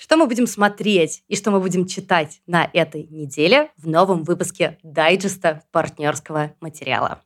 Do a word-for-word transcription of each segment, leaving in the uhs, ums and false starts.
что мы будем смотреть и что мы будем читать на этой неделе в новом выпуске дайджеста партнерского материала.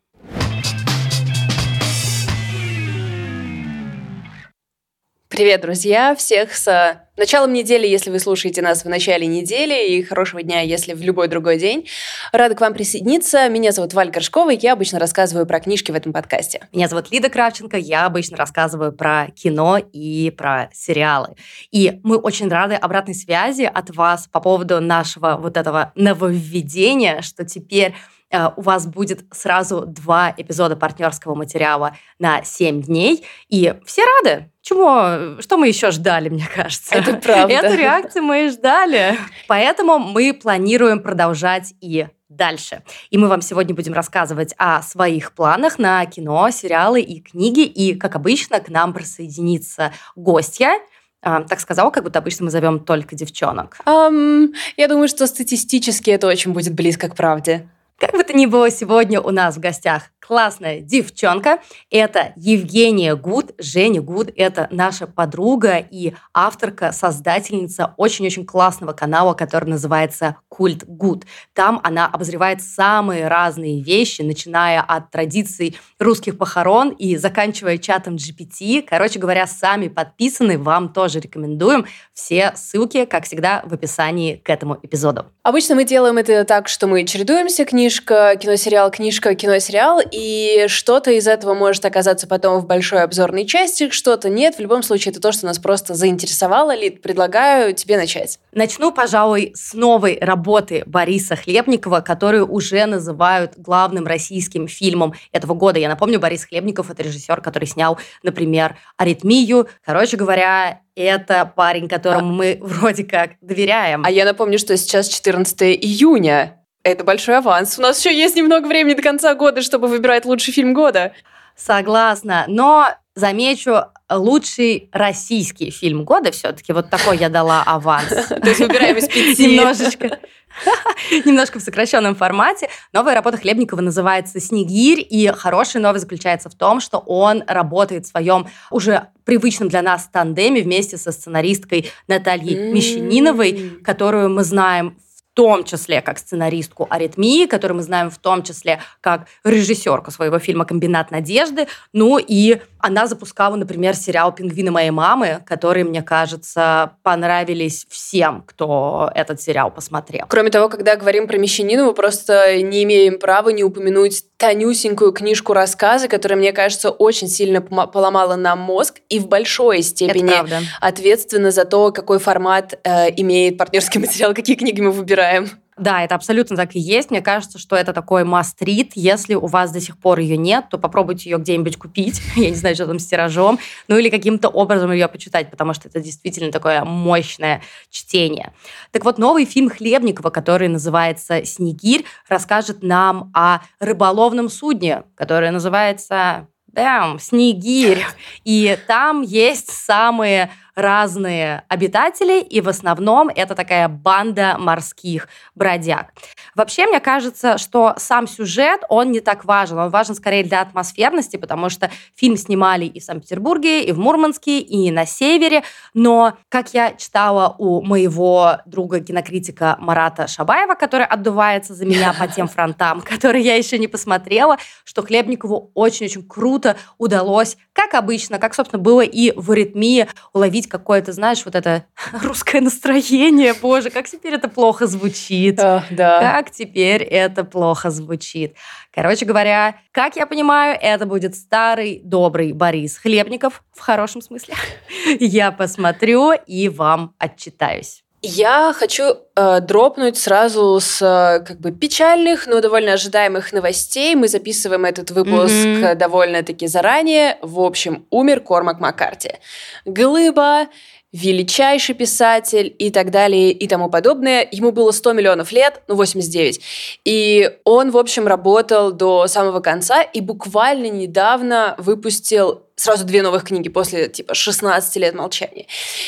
Привет, друзья! Всех с началом недели, если вы слушаете нас в начале недели, и хорошего дня, если в любой другой день. Рада к вам присоединиться. Меня зовут Валя Горшкова, и я обычно рассказываю про книжки в этом подкасте. Меня зовут Лида Кравченко, я обычно рассказываю про кино и про сериалы. И мы очень рады обратной связи от вас по поводу нашего вот этого нововведения, что теперь у вас будет сразу два эпизода партнерского материала на семь дней, и все рады. Чего? Что мы еще ждали, мне кажется? Это правда. Эту реакцию мы и ждали. Поэтому мы планируем продолжать и дальше. И мы вам сегодня будем рассказывать о своих планах на кино, сериалы и книги. И, как обычно, к нам присоединится гостья. А, так сказала, как будто обычно мы зовем только девчонок. Um, я думаю, что статистически это очень будет близко к правде. Как бы то ни было, сегодня у нас в гостях классная девчонка. Это Евгения Гуд. Женя Гуд – это наша подруга и авторка, создательница очень-очень классного канала, который называется «Культ Гуд». Там она обозревает самые разные вещи, начиная от традиций русских похорон и заканчивая чатом джи пи ти. Короче говоря, сами подписаны, вам тоже рекомендуем. Все ссылки, как всегда, в описании к этому эпизоду. Обычно мы делаем это так, что мы чередуемся: книжка, киносериал, книжка, киносериал, и что-то из этого может оказаться потом в большой обзорной части, что-то нет. В любом случае, это то, что нас просто заинтересовало. Лид, предлагаю тебе начать. Начну, пожалуй, с новой работы Бориса Хлебникова, которую уже называют главным российским фильмом этого года. Я напомню, Борис Хлебников – это режиссер, который снял, например, «Аритмию». Короче говоря, это парень, которому а... мы вроде как доверяем. А я напомню, что сейчас четырнадцатого июня. Это большой аванс. У нас еще есть немного времени до конца года, чтобы выбирать лучший фильм года. Согласна, но замечу, лучший российский фильм года все-таки. Вот такой я дала аванс. То есть выбираем из пяти. Немножечко. Немножко в сокращенном формате. Новая работа Хлебникова называется «Снегирь», и хорошая новость заключается в том, что он работает в своем уже привычном для нас тандеме вместе со сценаристкой Натальей Мещаниновой, которую мы знаем в том числе как сценаристку «Аритмии», которую мы знаем в том числе как режиссерку своего фильма «Комбинат надежды». Ну и она запускала, например, сериал «Пингвины моей мамы», которые, мне кажется, понравились всем, кто этот сериал посмотрел. Кроме того, когда говорим про Мещанинову, просто не имеем права не упомянуть тонюсенькую книжку рассказы, которая, мне кажется, очень сильно поломала нам мозг и в большой степени ответственна за то, какой формат э, имеет партнерский материал, какие книги мы выбираем. Да, это абсолютно так и есть. Мне кажется, что это такой must-read. Если у вас до сих пор ее нет, то попробуйте ее где-нибудь купить. Я не знаю, что там с тиражом. Ну или каким-то образом ее почитать, потому что это действительно такое мощное чтение. Так вот, новый фильм Хлебникова, который называется «Снегирь», расскажет нам о рыболовном судне, которое называется... Да, «Снегирь». И там есть самые разные обитатели, и в основном это такая банда морских бродяг. Вообще, мне кажется, что сам сюжет, он не так важен. Он важен скорее для атмосферности, потому что фильм снимали и в Санкт-Петербурге, и в Мурманске, и на севере. Но, как я читала у моего друга-кинокритика Марата Шабаева, который отдувается за меня по тем фронтам, которые я еще не посмотрела, что Хлебникову очень-очень круто удалось, как обычно, как, собственно, было и в «Аритмии», уловить какое-то, знаешь, вот это русское настроение. Боже, как теперь это плохо звучит. Uh, да. Как теперь это плохо звучит. Короче говоря, как я понимаю, это будет старый добрый Борис Хлебников, в хорошем смысле. Я посмотрю и вам отчитаюсь. Я хочу э, дропнуть сразу с э, как бы печальных, но довольно ожидаемых новостей. Мы записываем этот выпуск mm-hmm. довольно-таки заранее. В общем, умер Кормак Маккарти. Глыба, величайший писатель и так далее и тому подобное. Ему было сто миллионов лет, ну, восемьдесят девять. И он, в общем, работал до самого конца и буквально недавно выпустил сразу две новых книги после, типа, шестнадцати лет молчания.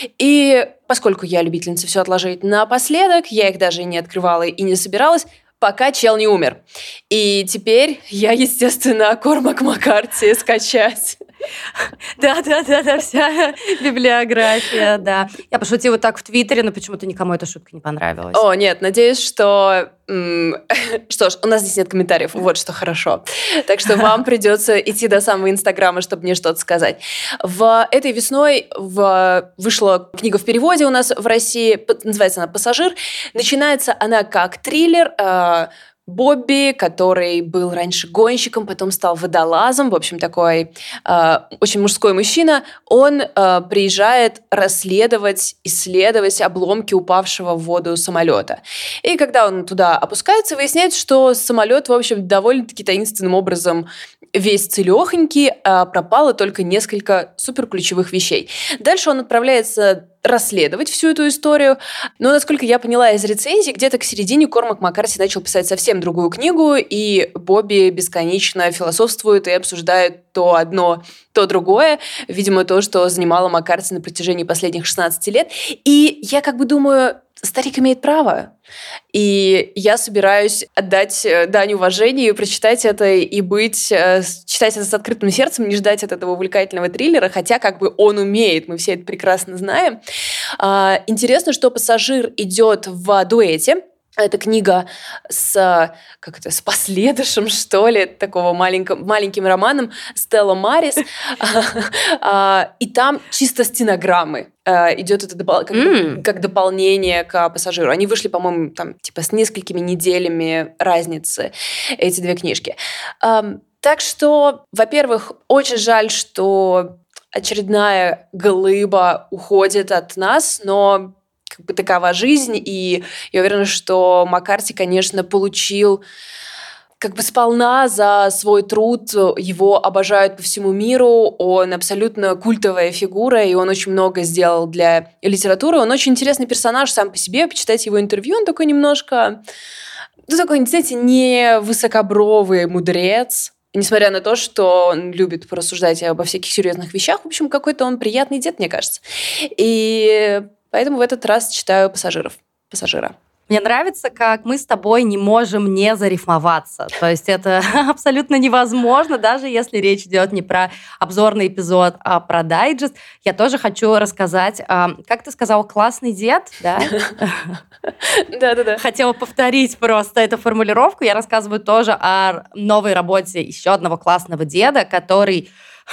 И поскольку я любительница все отложить напоследок, я их даже не открывала и не собиралась, пока чел не умер. И теперь я, естественно, Кормак Маккарти скачать Да-да-да, вся библиография, да. Я пошутила так в Твиттере, но почему-то никому эта шутка не понравилась. О, нет, надеюсь, что... Что ж, у нас здесь нет комментариев, вот что хорошо. Так что вам придется идти до самого Инстаграма, чтобы мне что-то сказать. В этой весной в... вышла книга в переводе у нас в России, называется она «Пассажир». Начинается она как триллер, Бобби, который был раньше гонщиком, потом стал водолазом, в общем, такой э, очень мужской мужчина, он э, приезжает расследовать, исследовать обломки упавшего в воду самолета. И когда он туда опускается, выясняется, что самолет, в общем, довольно-таки таинственным образом весь целехонький, а пропало только несколько суперключевых вещей. Дальше он отправляется расследовать всю эту историю. Но, насколько я поняла из рецензий, где-то к середине Кормак Маккарти начал писать совсем другую книгу, и Бобби бесконечно философствует и обсуждает то одно, то другое. Видимо, то, что занимало Маккарти на протяжении последних шестнадцати лет. И я как бы думаю, старик имеет право. И я собираюсь отдать дань уважения и прочитать это, и быть, читать это с открытым сердцем, не ждать от этого увлекательного триллера, хотя как бы он умеет, мы все это прекрасно знаем. Интересно, что «Пассажир» идет в дуэте. Это книга с, как это, с последующим, что ли, такого маленьким, маленьким романом Стелла Марис. И там чисто стенограммы. Идет это как, mm. как дополнение к «Пассажиру». Они вышли, по-моему, там, типа, с несколькими неделями разницы, эти две книжки. Так что, во-первых, очень жаль, что очередная глыба уходит от нас, но как бы такова жизнь, и я уверена, что Маккарти, конечно, получил как бы сполна за свой труд, его обожают по всему миру, он абсолютно культовая фигура, и он очень много сделал для литературы, он очень интересный персонаж сам по себе, почитайте его интервью, он такой немножко, ну такой, знаете, не высокобровый мудрец, несмотря на то, что он любит порассуждать обо всяких серьезных вещах, в общем, какой-то он приятный дед, мне кажется. И поэтому в этот раз читаю «Пассажиров». «Пассажира». Мне нравится, как мы с тобой не можем не зарифмоваться. То есть это абсолютно невозможно, даже если речь идет не про обзорный эпизод, а про дайджест. Я тоже хочу рассказать, как ты сказал, классный дед, да? Да-да-да. Хотела повторить просто эту формулировку. Я рассказываю тоже о новой работе еще одного классного деда, который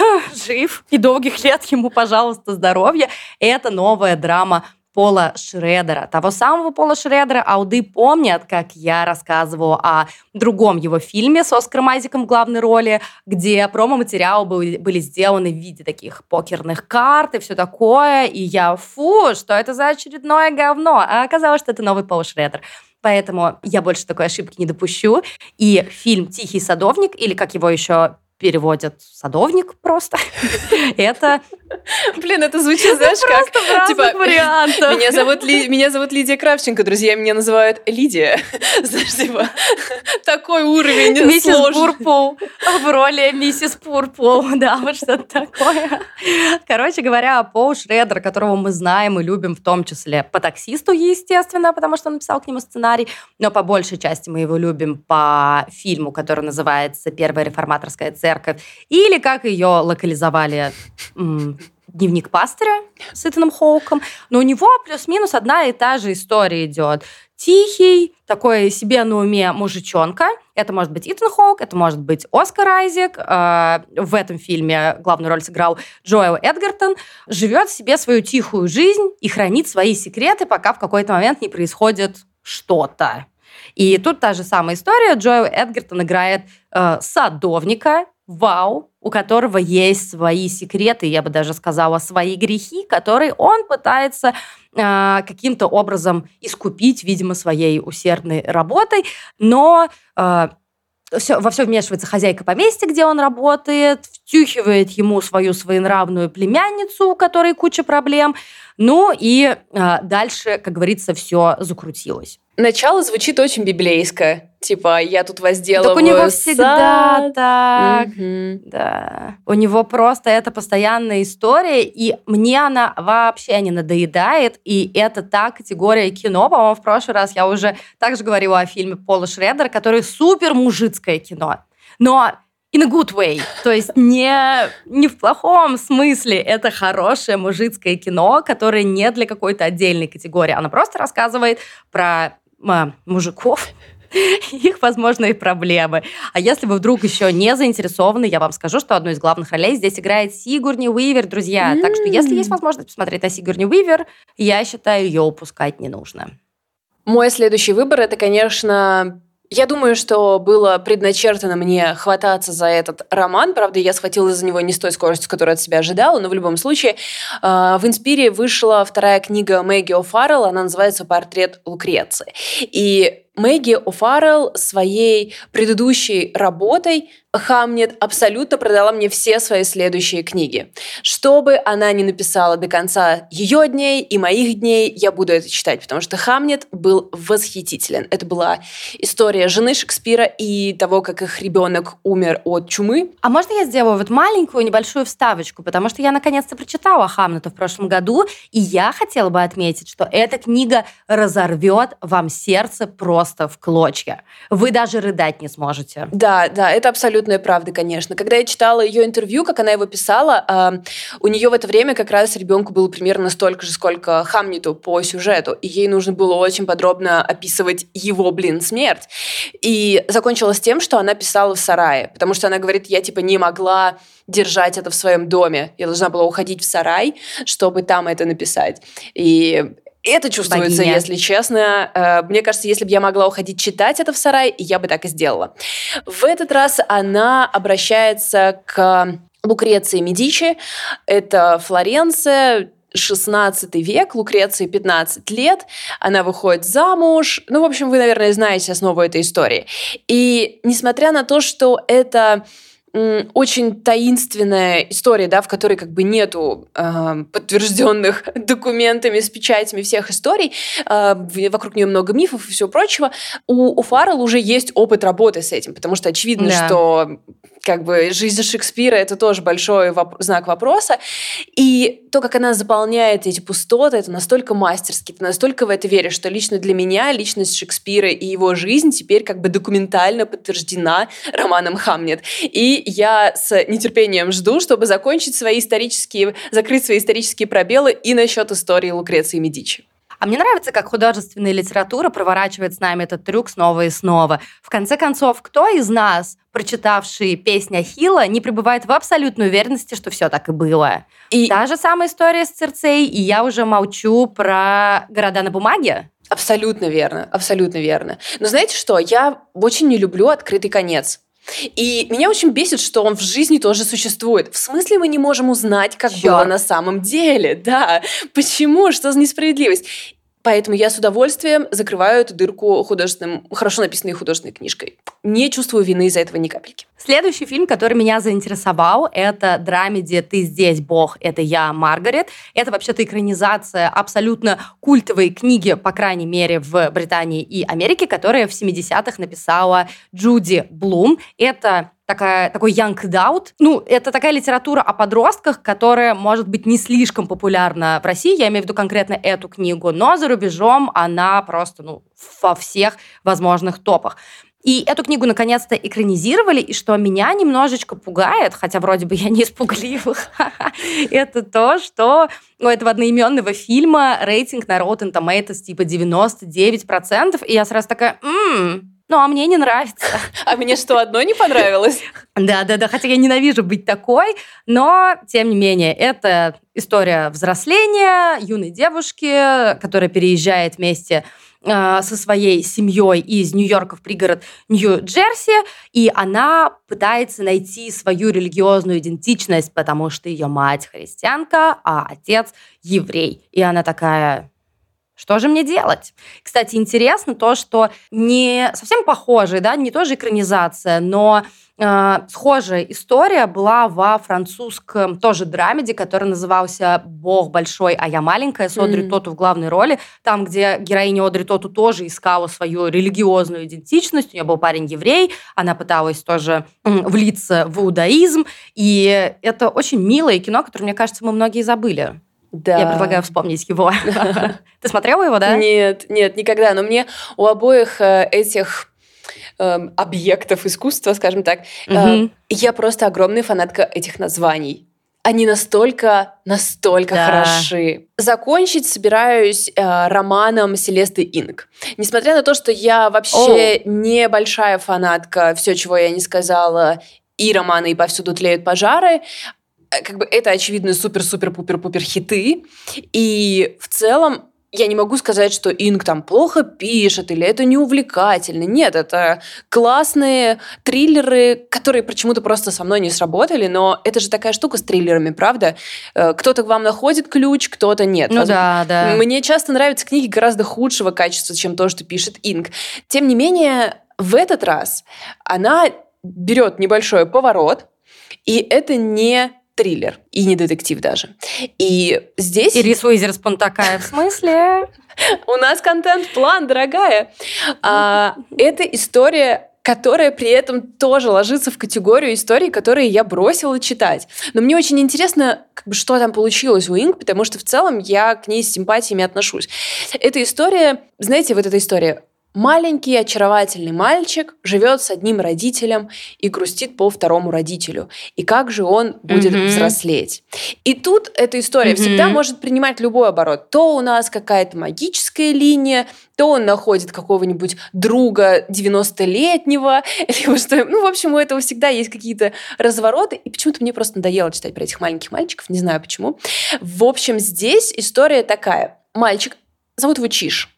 жив, и долгих лет ему, пожалуйста, здоровья. Это новая драма Пола Шредера. Того самого Пола Шредера ауды помнят, как я рассказывала о другом его фильме с Оскаром Айзеком в главной роли, где промо-материалы были, были сделаны в виде таких покерных карт и все такое. И я, фу, что это за очередное говно? А оказалось, что это новый Пол Шредер. Поэтому я больше такой ошибки не допущу. И фильм «Тихий садовник», или как его еще переводят «Садовник» просто. Это... Блин, это звучит, знаешь, как... Просто в разных вариантах. Меня зовут, Ли... меня зовут Лидия Кравченко, друзья меня называют Лидия. Знаешь, типа, такой уровень Миссис сложный. Пурпл в роли миссис Пурпл, да, вот что-то такое. Короче говоря, Пол Шредер, которого мы знаем и любим, в том числе по «Таксисту», естественно, потому что он написал к нему сценарий, но по большей части мы его любим по фильму, который называется «Первая реформаторская церковь», или как ее локализовали... «Дневник пастыря» с Итаном Хоуком. Но у него плюс-минус одна и та же история идет. Тихий, такой себе на уме мужичонка. Это может быть Итан Хоук, это может быть Оскар Айзек. В этом фильме главную роль сыграл Джоэл Эдгертон. Живет себе свою тихую жизнь и хранит свои секреты, пока в какой-то момент не происходит что-то. И тут та же самая история. Джоэл Эдгертон играет э, садовника, вау, у которого есть свои секреты, я бы даже сказала, свои грехи, которые он пытается э, каким-то образом искупить, видимо, своей усердной работой, но э, все, во все вмешивается хозяйка поместья, где он работает, втюхивает ему свою своенравную племянницу, у которой куча проблем, ну и э, дальше, как говорится, все закрутилось. Начало звучит очень библейско. Типа, я тут возделываю так у него всегда сад. так. Угу. Да. У него просто это постоянная история, и мне она вообще не надоедает, и это та категория кино. По-моему, в прошлый раз я уже также говорила о фильме Пола Шредера, который супер мужицкое кино. Но In a good way. То есть не, не в плохом смысле. Это хорошее мужицкое кино, которое не для какой-то отдельной категории. Оно просто рассказывает про а, мужиков, их возможные проблемы. А если вы вдруг еще не заинтересованы, я вам скажу, что одну из главных ролей здесь играет Сигурни Уивер, друзья. Mm-hmm. Так что если есть возможность посмотреть на Сигурни Уивер, я считаю, ее упускать не нужно. Мой следующий выбор – это, конечно... Я думаю, что было предначертано мне хвататься за этот роман. Правда, я схватилась за него не с той скоростью, которую от себя ожидала, но в любом случае в Инспире вышла вторая книга Мэгги О'Фаррелл, она называется «Портрет Лукреции». И Мэгги О'Фаррелл своей предыдущей работой «Хамнет» абсолютно продала мне все свои следующие книги. Что бы она ни написала до конца ее дней и моих дней, я буду это читать, потому что «Хамнет» был восхитителен. Это была история жены Шекспира и того, как их ребенок умер от чумы. А можно я сделаю вот маленькую небольшую вставочку, потому что я наконец-то прочитала «Хамнета» в прошлом году, и я хотела бы отметить, что эта книга разорвет вам сердце просто в клочья. Вы даже рыдать не сможете. Да, да, это абсолютная правда, конечно. Когда я читала ее интервью, как она его писала, э, у нее в это время как раз ребенку было примерно столько же, сколько Хамнету по сюжету, и ей нужно было очень подробно описывать его, блин, смерть. И закончилось тем, что она писала в сарае, потому что она говорит, я типа не могла держать это в своем доме. Я должна была уходить в сарай, чтобы там это написать. И это чувствуется, богиня. Если честно. Мне кажется, если бы я могла уходить читать это в сарай, я бы так и сделала. В этот раз она обращается к Лукреции Медичи. Это Флоренция, шестнадцатый век, Лукреции пятнадцать лет, она выходит замуж. Ну, в общем, вы, наверное, знаете основу этой истории. И несмотря на то, что это очень таинственная история, да, в которой как бы нету э, подтвержденных документами с печатями всех историй, э, вокруг нее много мифов и всего прочего. У О'Фаррелл уже есть опыт работы с этим, потому что очевидно, да. что как бы жизнь Шекспира — это тоже большой воп- знак вопроса. И то, как она заполняет эти пустоты, это настолько мастерски, ты настолько в это веришь, что лично для меня личность Шекспира и его жизнь теперь как бы документально подтверждена романом «Хамнет». И я с нетерпением жду, чтобы закончить свои исторические, закрыть свои исторические пробелы и насчет истории Лукреции Медичи. А мне нравится, как художественная литература проворачивает с нами этот трюк снова и снова. В конце концов, кто из нас, прочитавший «Песнь Ахилла», не пребывает в абсолютной уверенности, что все так и было? И та же самая история с Цирцеей, и я уже молчу про «Города на бумаге». Абсолютно верно, абсолютно верно. Но знаете что? Я очень не люблю открытый конец. И меня очень бесит, что он в жизни тоже существует. В смысле мы не можем узнать, как Чёрт. было на самом деле? Да, почему? Что за несправедливость? Поэтому я с удовольствием закрываю эту дырку художественным, хорошо написанной художественной книжкой. Не чувствую вины из-за этого ни капельки. Следующий фильм, который меня заинтересовал, это драмеди «Ты здесь, Бог, это я, Маргарет». Это вообще-то экранизация абсолютно культовой книги, по крайней мере, в Британии и Америке, которая в семидесятых написала Джуди Блум. Это такая, такой young adult. Ну, это такая литература о подростках, которая, может быть, не слишком популярна в России, я имею в виду конкретно эту книгу, но за рубежом она просто, ну, во всех возможных топах. И эту книгу наконец-то экранизировали, и что меня немножечко пугает, хотя вроде бы я не из пугливых, это то, что у этого одноименного фильма рейтинг на Rotten Tomatoes типа девяносто девять процентов, и я сразу такая, м-м, ну, а мне не нравится. А мне что, одно не понравилось? Да-да-да, хотя я ненавижу быть такой, но, тем не менее, это история взросления юной девушки, которая переезжает вместе э, со своей семьей из Нью-Йорка в пригород Нью-Джерси, и она пытается найти свою религиозную идентичность, потому что ее мать христианка, а отец еврей. И она такая... Что же мне делать? Кстати, интересно то, что не совсем похожая, да, не тоже экранизация, но э, схожая история была во французском тоже драмеди, который назывался «Бог большой, а я маленькая», с Одри mm. Тоту в главной роли, там, где героиня Одри Тоту тоже искала свою религиозную идентичность, у нее был парень-еврей, она пыталась тоже м, влиться в иудаизм, и это очень милое кино, которое, мне кажется, мы многие забыли. Да. Я предлагаю вспомнить его. Ты смотрела его, да? Нет, нет, никогда. Но мне у обоих этих эм, объектов искусства, скажем так. Угу. Э, я просто огромная фанатка этих названий. Они настолько, настолько да. хороши. Закончить собираюсь э, романом Селесты Инг. Несмотря на то, что я вообще oh. небольшая фанатка «Все, чего я не сказала», и романы «И повсюду тлеют пожары», как бы это, очевидно, супер-супер-пупер-пупер хиты. И в целом я не могу сказать, что Инг там плохо пишет или это неувлекательно. Нет, это классные триллеры, которые почему-то просто со мной не сработали, но это же такая штука с триллерами, правда? Кто-то к вам находит ключ, кто-то нет. Ну да, да. Мне часто нравятся книги гораздо худшего качества, чем то, что пишет Инг. Тем не менее, в этот раз она берет небольшой поворот, и это не триллер и не детектив даже. И здесь... И Риз Уизерспун такая, в смысле? У нас контент-план, дорогая. А, это история, которая при этом тоже ложится в категорию историй, которые я бросила читать. Но мне очень интересно, как бы, что там получилось у Инг, потому что в целом я к ней с симпатиями отношусь. Эта история, знаете, вот эта история... Маленький очаровательный мальчик живет с одним родителем и грустит по второму родителю. И как же он будет mm-hmm. взрослеть? И тут эта история mm-hmm. всегда может принимать любой оборот. То у нас какая-то магическая линия, то он находит какого-нибудь друга девяностолетнего, либо что... Ну, в общем, у этого всегда есть какие-то развороты. И почему-то мне просто надоело читать про этих маленьких мальчиков, не знаю почему. В общем, здесь история такая. Мальчик, зовут его Чиш,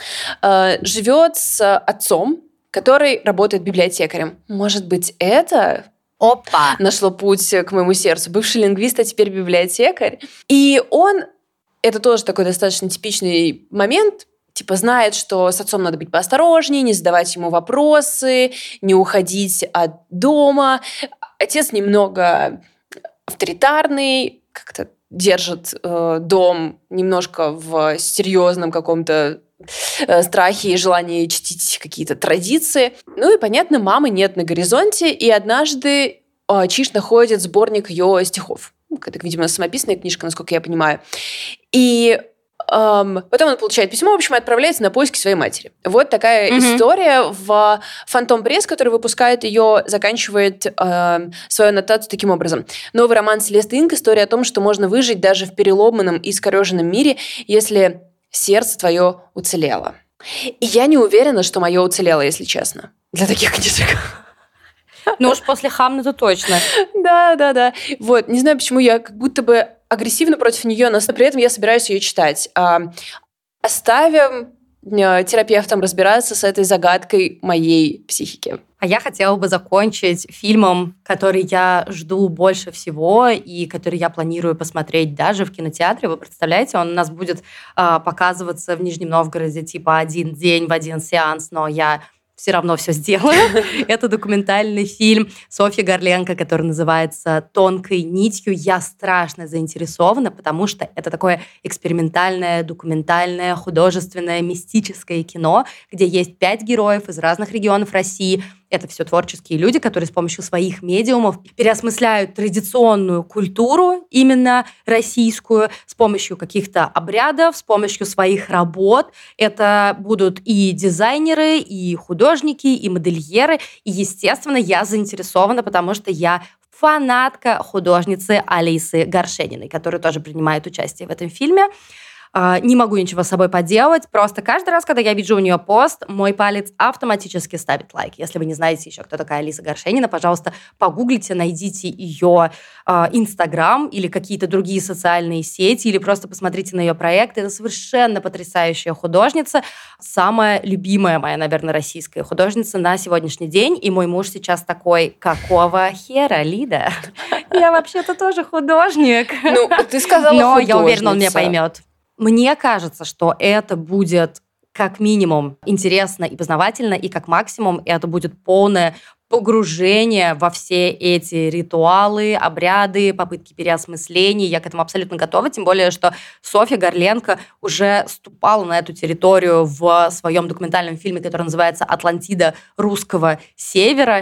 живет с отцом, который работает библиотекарем. Может быть, это Опа. нашло путь к моему сердцу. Бывший лингвист, а теперь библиотекарь. И он, это тоже такой достаточно типичный момент, типа знает, что с отцом надо быть поосторожнее, не задавать ему вопросы, не уходить от дома. Отец немного авторитарный, как-то держит э, дом немножко в серьезном каком-то страхи и желание чтить какие-то традиции. Ну и, понятно, мамы нет на горизонте, и однажды э, Чиш находит сборник ее стихов. Это, видимо, самописная книжка, насколько я понимаю. И эм, потом он получает письмо, в общем, и отправляется на поиски своей матери. Вот такая mm-hmm. история. В Фантом Пресс, который выпускает ее, заканчивает э, свою аннотацию таким образом. Новый роман Селесты Инг. История о том, что можно выжить даже в переломанном и искореженном мире, если сердце твое уцелело. И я не уверена, что мое уцелело, если честно, для таких книжек. Ну уж после Хамлета точно. Да, да, да. Вот, не знаю, почему я как будто бы агрессивно против нее, но при этом я собираюсь ее читать. Оставим терапевтам разбираться с этой загадкой моей психики. А я хотела бы закончить фильмом, который я жду больше всего и который я планирую посмотреть даже в кинотеатре. Вы представляете, он у нас будет э, показываться в Нижнем Новгороде типа один день в один сеанс, но я все равно все сделаю. Это документальный фильм Софьи Горленко, который называется «Тонкой нитью». Я страшно заинтересована, потому что это такое экспериментальное, документальное, художественное, мистическое кино, где есть пять героев из разных регионов России. Это все творческие люди, которые с помощью своих медиумов переосмысляют традиционную культуру, именно российскую, с помощью каких-то обрядов, с помощью своих работ. Это будут и дизайнеры, и художники, и модельеры. И, естественно, я заинтересована, потому что я фанатка художницы Алисы Горшениной, которая тоже принимает участие в этом фильме. Не могу ничего с собой поделать. Просто каждый раз, когда я вижу у нее пост, мой палец автоматически ставит лайк. Если вы не знаете еще, кто такая Алиса Горшенина, пожалуйста, погуглите, найдите ее Инстаграм или какие-то другие социальные сети, или просто посмотрите на ее проекты. Это совершенно потрясающая художница. Самая любимая моя, наверное, российская художница на сегодняшний день. И мой муж сейчас такой: какого хера, Лида? Я вообще-то тоже художник. Ну, ты сказала Но художница. Я уверена, он меня поймет. Мне кажется, что это будет как минимум интересно и познавательно, и как максимум это будет полное погружение во все эти ритуалы, обряды, попытки переосмысления. Я к этому абсолютно готова, тем более, что Софья Горленко уже ступала на эту территорию в своем документальном фильме, который называется «Атлантида русского севера».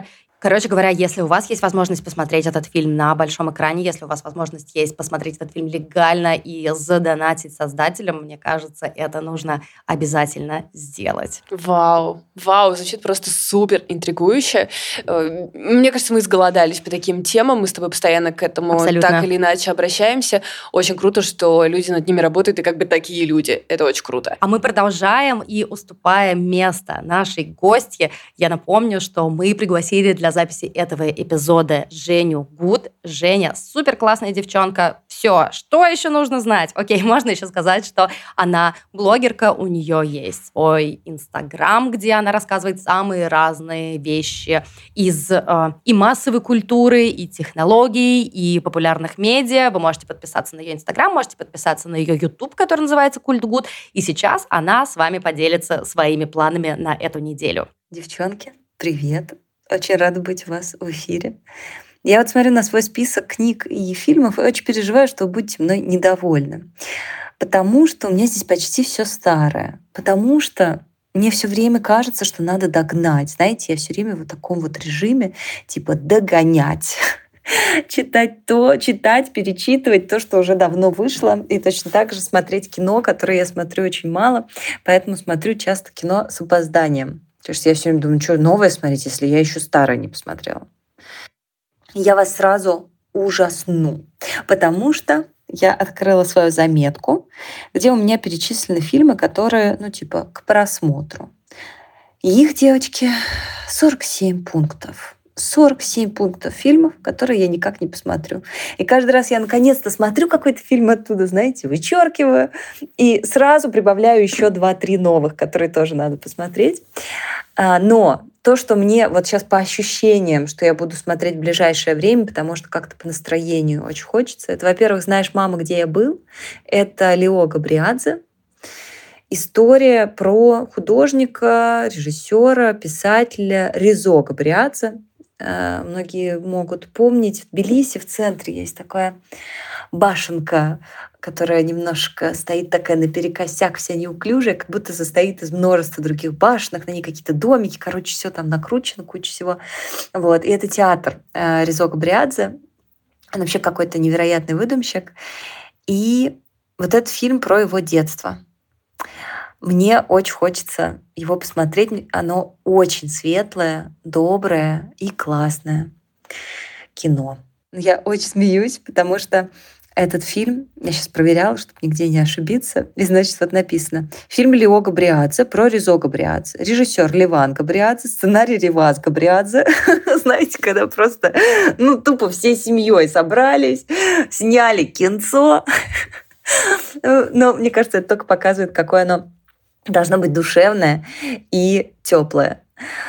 Короче говоря, если у вас есть возможность посмотреть этот фильм на большом экране, если у вас возможность есть посмотреть этот фильм легально и задонатить создателям, мне кажется, это нужно обязательно сделать. Вау, вау, звучит просто супер интригующе. Мне кажется, мы изголодались по таким темам, мы с тобой постоянно к этому Абсолютно. так или иначе обращаемся. Очень круто, что люди над ними работают, и как бы такие люди. Это очень круто. А мы продолжаем и уступаем место нашей гостье. Я напомню, что мы пригласили для записи этого эпизода Женю Гуд. Женя супер классная девчонка. Все, что еще нужно знать? Окей, можно еще сказать, что она блогерка, у нее есть свой Инстаграм, где она рассказывает самые разные вещи из э, и массовой культуры, и технологий, и популярных медиа. Вы можете подписаться на ее Инстаграм, можете подписаться на ее Ютуб, который называется Культ Гуд. И сейчас она с вами поделится своими планами на эту неделю. Девчонки, привет! Очень рада быть у вас в эфире. Я вот смотрю на свой список книг и фильмов и очень переживаю, что вы будете мной недовольны. Потому что у меня здесь почти все старое. Потому что мне все время кажется, что надо догнать. Знаете, я все время в таком вот режиме, типа догонять. Читать то, читать, перечитывать то, что уже давно вышло. И точно так же смотреть кино, которое я смотрю очень мало. Поэтому смотрю часто кино с опозданием. Потому что я все время думаю, что новое смотреть, если я еще старое не посмотрела. Я вас сразу ужасну, потому что я открыла свою заметку, где у меня перечислены фильмы, которые, ну, типа, к просмотру. И их, девочки, сорок семь пунктов. сорок семь пунктов фильмов, которые я никак не посмотрю. И каждый раз я наконец-то смотрю какой-то фильм оттуда, знаете, вычеркиваю, и сразу прибавляю еще два-три новых, которые тоже надо посмотреть. Но то, что мне вот сейчас по ощущениям, что я буду смотреть в ближайшее время, потому что как-то по настроению очень хочется, это, во-первых, «Знаешь, мама, где я был?» Это Лео Габриадзе. История про художника, режиссера, писателя Резо Габриадзе. Многие могут помнить, в Тбилиси в центре есть такая башенка, которая немножко стоит такая наперекосяк, вся неуклюжая, как будто состоит из множества других башенок, на ней какие-то домики, короче, все там накручено, куча всего. Вот. И это театр Резо Габриадзе. Он вообще какой-то невероятный выдумщик. И вот этот фильм про его детство. Мне очень хочется его посмотреть. Оно очень светлое, доброе и классное кино. Я очень смеюсь, потому что этот фильм, я сейчас проверяла, чтобы нигде не ошибиться, и, значит, вот написано: фильм Лео Габриадзе про Резо Габриадзе, режиссер Леван Габриадзе, сценарий Реваз Габриадзе. Знаете, когда просто, ну, тупо всей семьей собрались, сняли кинцо. Но мне кажется, это только показывает, какое оно должно быть душевное и теплое.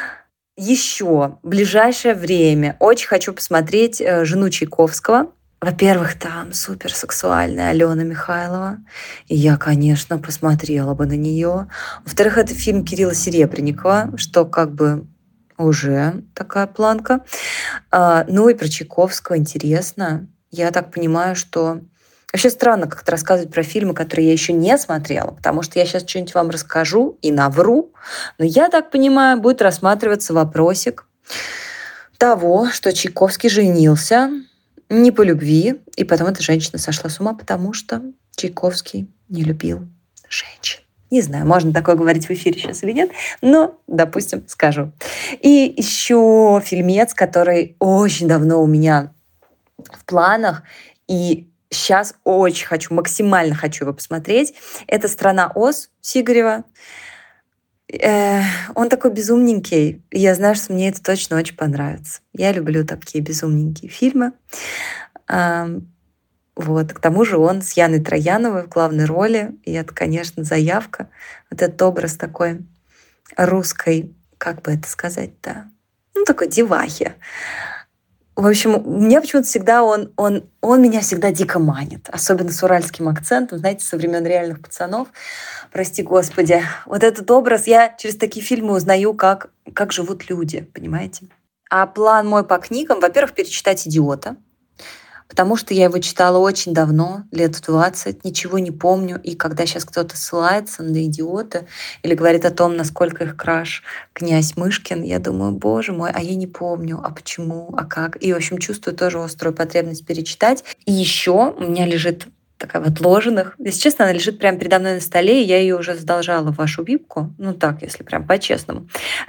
Еще в ближайшее время очень хочу посмотреть «Жену Чайковского». Во-первых, там суперсексуальная Алена Михайлова. И я, конечно, посмотрела бы на нее. Во-вторых, это фильм Кирилла Серебренникова, что как бы уже такая планка. Ну и про Чайковского интересно. Я так понимаю, что... Вообще странно как-то рассказывать про фильмы, которые я еще не смотрела, потому что я сейчас что-нибудь вам расскажу и навру. Но я так понимаю, будет рассматриваться вопросик того, что Чайковский женился не по любви, и потом эта женщина сошла с ума, потому что Чайковский не любил женщин. Не знаю, можно такое говорить в эфире сейчас или нет, но, допустим, скажу. И еще фильмец, который очень давно у меня в планах, и сейчас очень хочу, максимально хочу его посмотреть. Это «Страна Оз» Сигарева. Э, он такой безумненький. И я знаю, что мне это точно очень понравится. Я люблю такие безумненькие фильмы. Э, вот. К тому же он с Яной Трояновой в главной роли. И это, конечно, заявка. Вот этот образ такой русской, как бы это сказать-то, ну, такой девахи. В общем, у меня почему-то всегда он, он, он меня всегда дико манит. Особенно с уральским акцентом, знаете, со времен «Реальных пацанов». Прости господи. Вот этот образ я через такие фильмы узнаю, как, как живут люди, понимаете? А план мой по книгам, во-первых, перечитать «Идиота», потому что я его читала очень давно, лет в двадцать, ничего не помню. И когда сейчас кто-то ссылается на идиота или говорит о том, насколько их краш князь Мышкин, я думаю, боже мой, а я не помню, а почему, а как. И, в общем, чувствую тоже острую потребность перечитать. И еще у меня лежит такая в отложенных. Если честно, она лежит прямо передо мной на столе, и я ее уже задолжала в вашу випку. Ну так, если прям по-честному.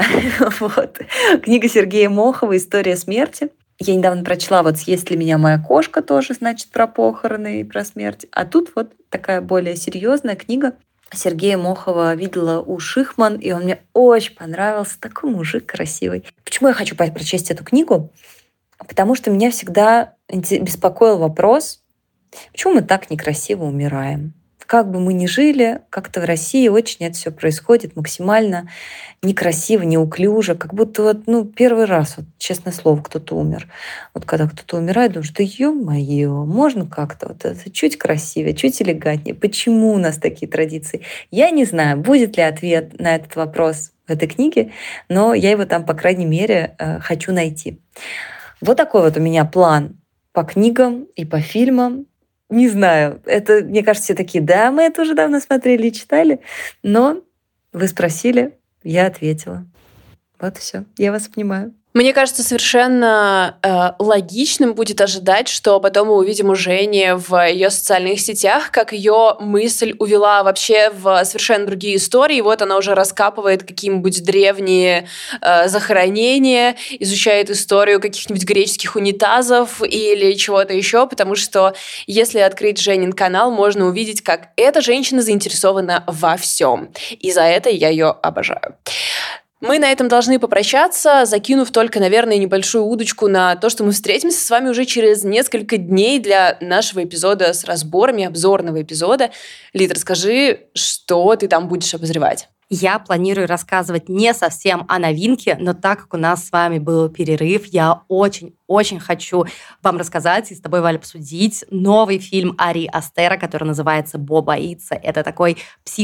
Вот. Книга Сергея Мохова «История смерти». Я недавно прочла вот «Съест ли меня моя кошка», тоже, значит, про похороны и про смерть. А тут вот такая более серьезная книга Сергея Мохова видела у Шихман, и он мне очень понравился. Такой мужик красивый. Почему я хочу прочесть эту книгу? Потому что меня всегда беспокоил вопрос, почему мы так некрасиво умираем? Как бы мы ни жили, как-то в России очень это все происходит максимально некрасиво, неуклюже, как будто вот, ну, первый раз, вот, честное слово, кто-то умер. Вот когда кто-то умирает, думаешь, да ё-моё, можно как-то вот это чуть красивее, чуть элегантнее. Почему у нас такие традиции? Я не знаю, будет ли ответ на этот вопрос в этой книге, но я его там, по крайней мере, хочу найти. Вот такой вот у меня план по книгам и по фильмам. Не знаю, это, мне кажется, все такие, да, мы это уже давно смотрели и читали, но вы спросили, я ответила. Вот и все. Я вас понимаю. Мне кажется, совершенно э, логичным будет ожидать, что потом мы увидим у Жени в ее социальных сетях, как ее мысль увела вообще в совершенно другие истории. И вот она уже раскапывает какие-нибудь древние э, захоронения, изучает историю каких-нибудь греческих унитазов или чего-то еще, потому что если открыть Женин канал, можно увидеть, как эта женщина заинтересована во всем. И за это я ее обожаю. Мы на этом должны попрощаться, закинув только, наверное, небольшую удочку на то, что мы встретимся с вами уже через несколько дней для нашего эпизода с разборами, обзорного эпизода. Лид, расскажи, что ты там будешь обозревать. Я планирую рассказывать не совсем о новинке, но так как у нас с вами был перерыв, я очень-очень хочу вам рассказать и с тобой, Валя, обсудить новый фильм Ари Астера, который называется «Бо боится». Это такой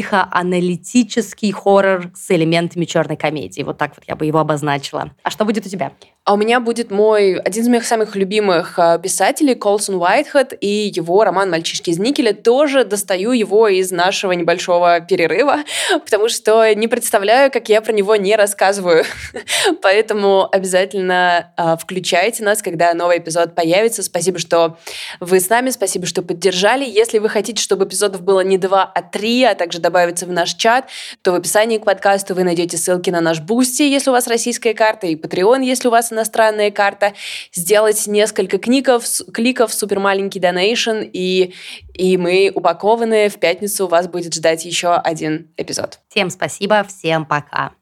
психоаналитический хоррор с элементами черной комедии. Вот так вот я бы его обозначила. А что будет у тебя? А у меня будет мой один из моих самых любимых писателей Колсон Уайтхед и его роман «Мальчишки из никеля». Тоже достаю его из нашего небольшого перерыва, потому что не представляю, как я про него не рассказываю. Поэтому обязательно э, включайте нас, когда новый эпизод появится. Спасибо, что вы с нами, спасибо, что поддержали. Если вы хотите, чтобы эпизодов было не два, а три, а также добавиться в наш чат, то в описании к подкасту вы найдете ссылки на наш Boosty, если у вас российская карта, и Patreon, если у вас иностранная карта. Сделать несколько кликов, кликов супер маленький донейшн, и, и мы упакованы. В пятницу у вас будет ждать еще один эпизод. Всем спасибо, всем пока.